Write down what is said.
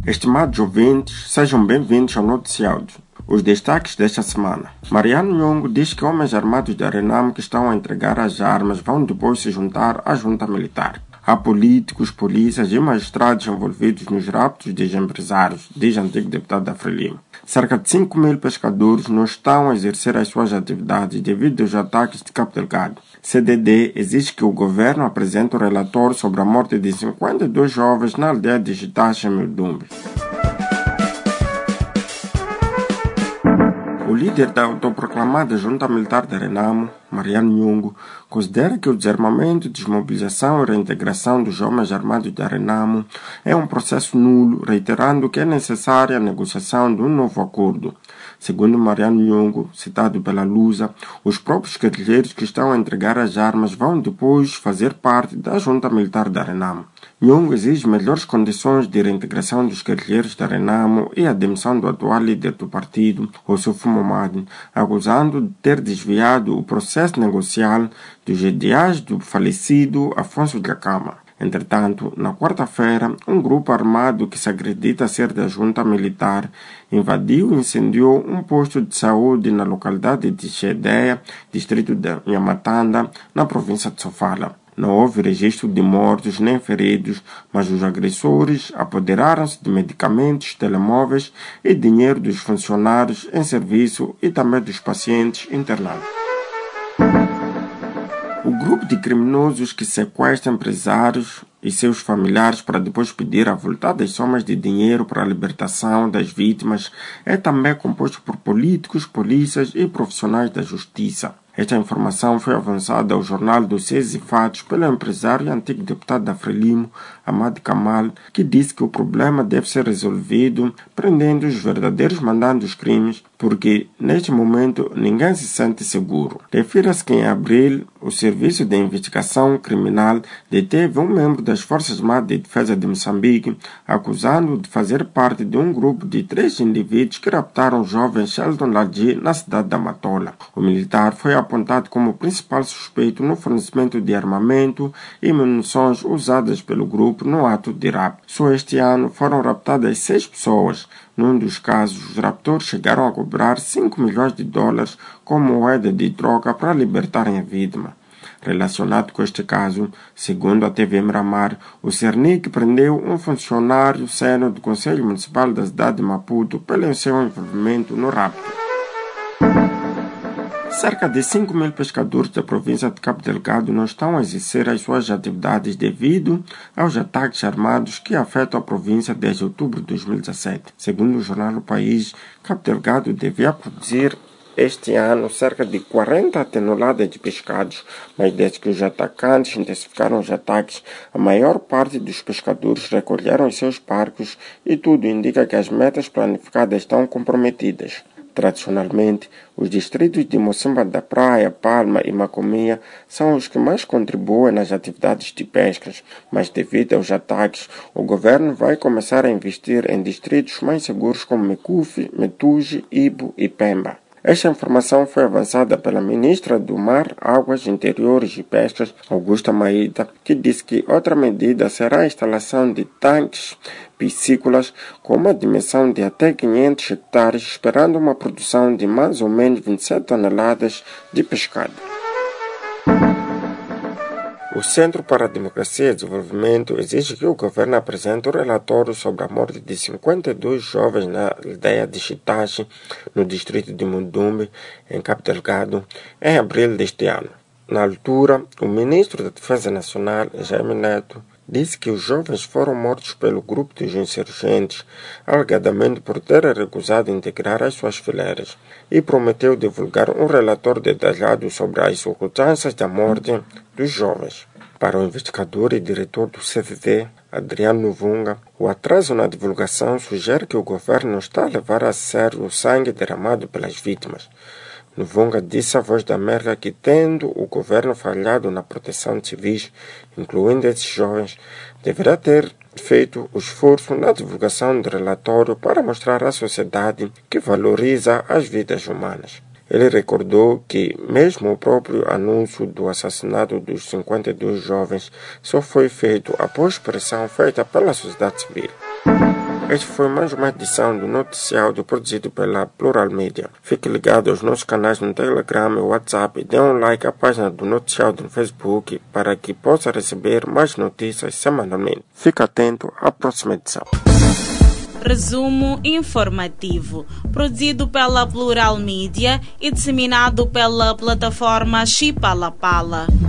Estimados ouvintes, sejam bem-vindos ao noticiário. Os destaques desta semana. Mariano Nhongo diz que homens armados da Renamo que estão a entregar as armas vão depois se juntar à junta militar. Há políticos, polícias e magistrados envolvidos nos raptos dos empresários, diz antigo deputado da Frelimo. Cerca de 5.000 pescadores não estão a exercer as suas atividades devido aos ataques de Cabo Delgado. CDD exige que o governo apresente um relatório sobre a morte de 52 jovens na aldeia de Gitache, em Mildumbe. O líder da autoproclamada Junta Militar da Renamo, Mariano Nhongo, considera que o desarmamento, desmobilização e reintegração dos homens armados da Renamo é um processo nulo, reiterando que é necessária a negociação de um novo acordo. Segundo Mariano Nhongo, citado pela Lusa, os próprios guerrilheiros que estão a entregar as armas vão depois fazer parte da Junta Militar da Renamo. Nhongo exige melhores condições de reintegração dos guerrilheiros da Renamo e a demissão do atual líder do partido, Ossufo Momade, acusando de ter desviado o processo negocial dos ideais do falecido Afonso Dhlakama. Entretanto, na quarta-feira, um grupo armado que se acredita ser da junta militar invadiu e incendiou um posto de saúde na localidade de Xedeia, distrito de Nhamatanda, na província de Sofala. Não houve registro de mortos nem feridos, mas os agressores apoderaram-se de medicamentos, telemóveis e dinheiro dos funcionários em serviço e também dos pacientes internados. O grupo de criminosos que sequestra empresários e seus familiares para depois pedir avultadas somas de dinheiro para a libertação das vítimas é também composto por políticos, polícias e profissionais da justiça. Esta informação foi avançada ao Jornal dos Seis e Fatos pelo empresário e antigo deputado da Frelimo, Amad Kamal, que disse que o problema deve ser resolvido prendendo os verdadeiros mandantes dos crimes, porque neste momento ninguém se sente seguro. Refira-se que em abril o Serviço de Investigação Criminal deteve um membro das Forças Armadas de Defesa de Moçambique, acusando-o de fazer parte de um grupo de 3 indivíduos que raptaram o jovem Sheldon Ladji na cidade da Matola. O militar foi apontado como principal suspeito no fornecimento de armamento e munições usadas pelo grupo no ato de rapto. Só este ano foram raptadas 6 pessoas. Num dos casos, os raptores chegaram a cobrar 5 milhões de dólares como moeda de troca para libertarem a vítima. Relacionado com este caso, segundo a TV Miramar, o Cernic prendeu um funcionário sênior do Conselho Municipal da cidade de Maputo pelo seu envolvimento no rapto. Cerca de 5.000 pescadores da província de Cabo Delgado não estão a exercer as suas atividades devido aos ataques armados que afetam a província desde outubro de 2017. Segundo o jornal O País, Cabo Delgado devia produzir este ano cerca de 40 toneladas de pescados, mas desde que os atacantes intensificaram os ataques, a maior parte dos pescadores recolheram os seus barcos e tudo indica que as metas planificadas estão comprometidas. Tradicionalmente, os distritos de Mocimba da Praia, Palma e Macomia são os que mais contribuem nas atividades de pescas, mas devido aos ataques, o governo vai começar a investir em distritos mais seguros como Mecufe, Metuge, Ibo e Pemba. Esta informação foi avançada pela ministra do Mar, Águas Interiores e Pescas, Augusta Maíta, que disse que outra medida será a instalação de tanques piscícolas com uma dimensão de até 500 hectares, esperando uma produção de mais ou menos 27 toneladas de pescado. O Centro para a Democracia e Desenvolvimento exige que o governo apresente um relatório sobre a morte de 52 jovens na aldeia de Gitache, no distrito de Mildumbe, em Cabo Delgado, em abril deste ano. Na altura, o ministro da Defesa Nacional, Jaime Neto, disse que os jovens foram mortos pelo grupo dos insurgentes, alegadamente por terem recusado integrar as suas fileiras, e prometeu divulgar um relatório detalhado sobre as circunstâncias da morte dos jovens. Para o investigador e diretor do CDD, Adriano Novunga, o atraso na divulgação sugere que o governo não está a levar a sério o sangue derramado pelas vítimas. Novunga disse à Voz da América que, tendo o governo falhado na proteção de civis, incluindo esses jovens, deverá ter feito o esforço na divulgação do relatório para mostrar à sociedade que valoriza as vidas humanas. Ele recordou que, mesmo o próprio anúncio do assassinato dos 52 jovens só foi feito após pressão feita pela sociedade civil. Este foi mais uma edição do Noticiário produzido pela Plural Media. Fique ligado aos nossos canais no Telegram e WhatsApp e dê um like à página do Noticiário no Facebook para que possa receber mais notícias semanalmente. Fique atento à próxima edição. Resumo informativo, produzido pela Plural Media e disseminado pela plataforma Chipalapala.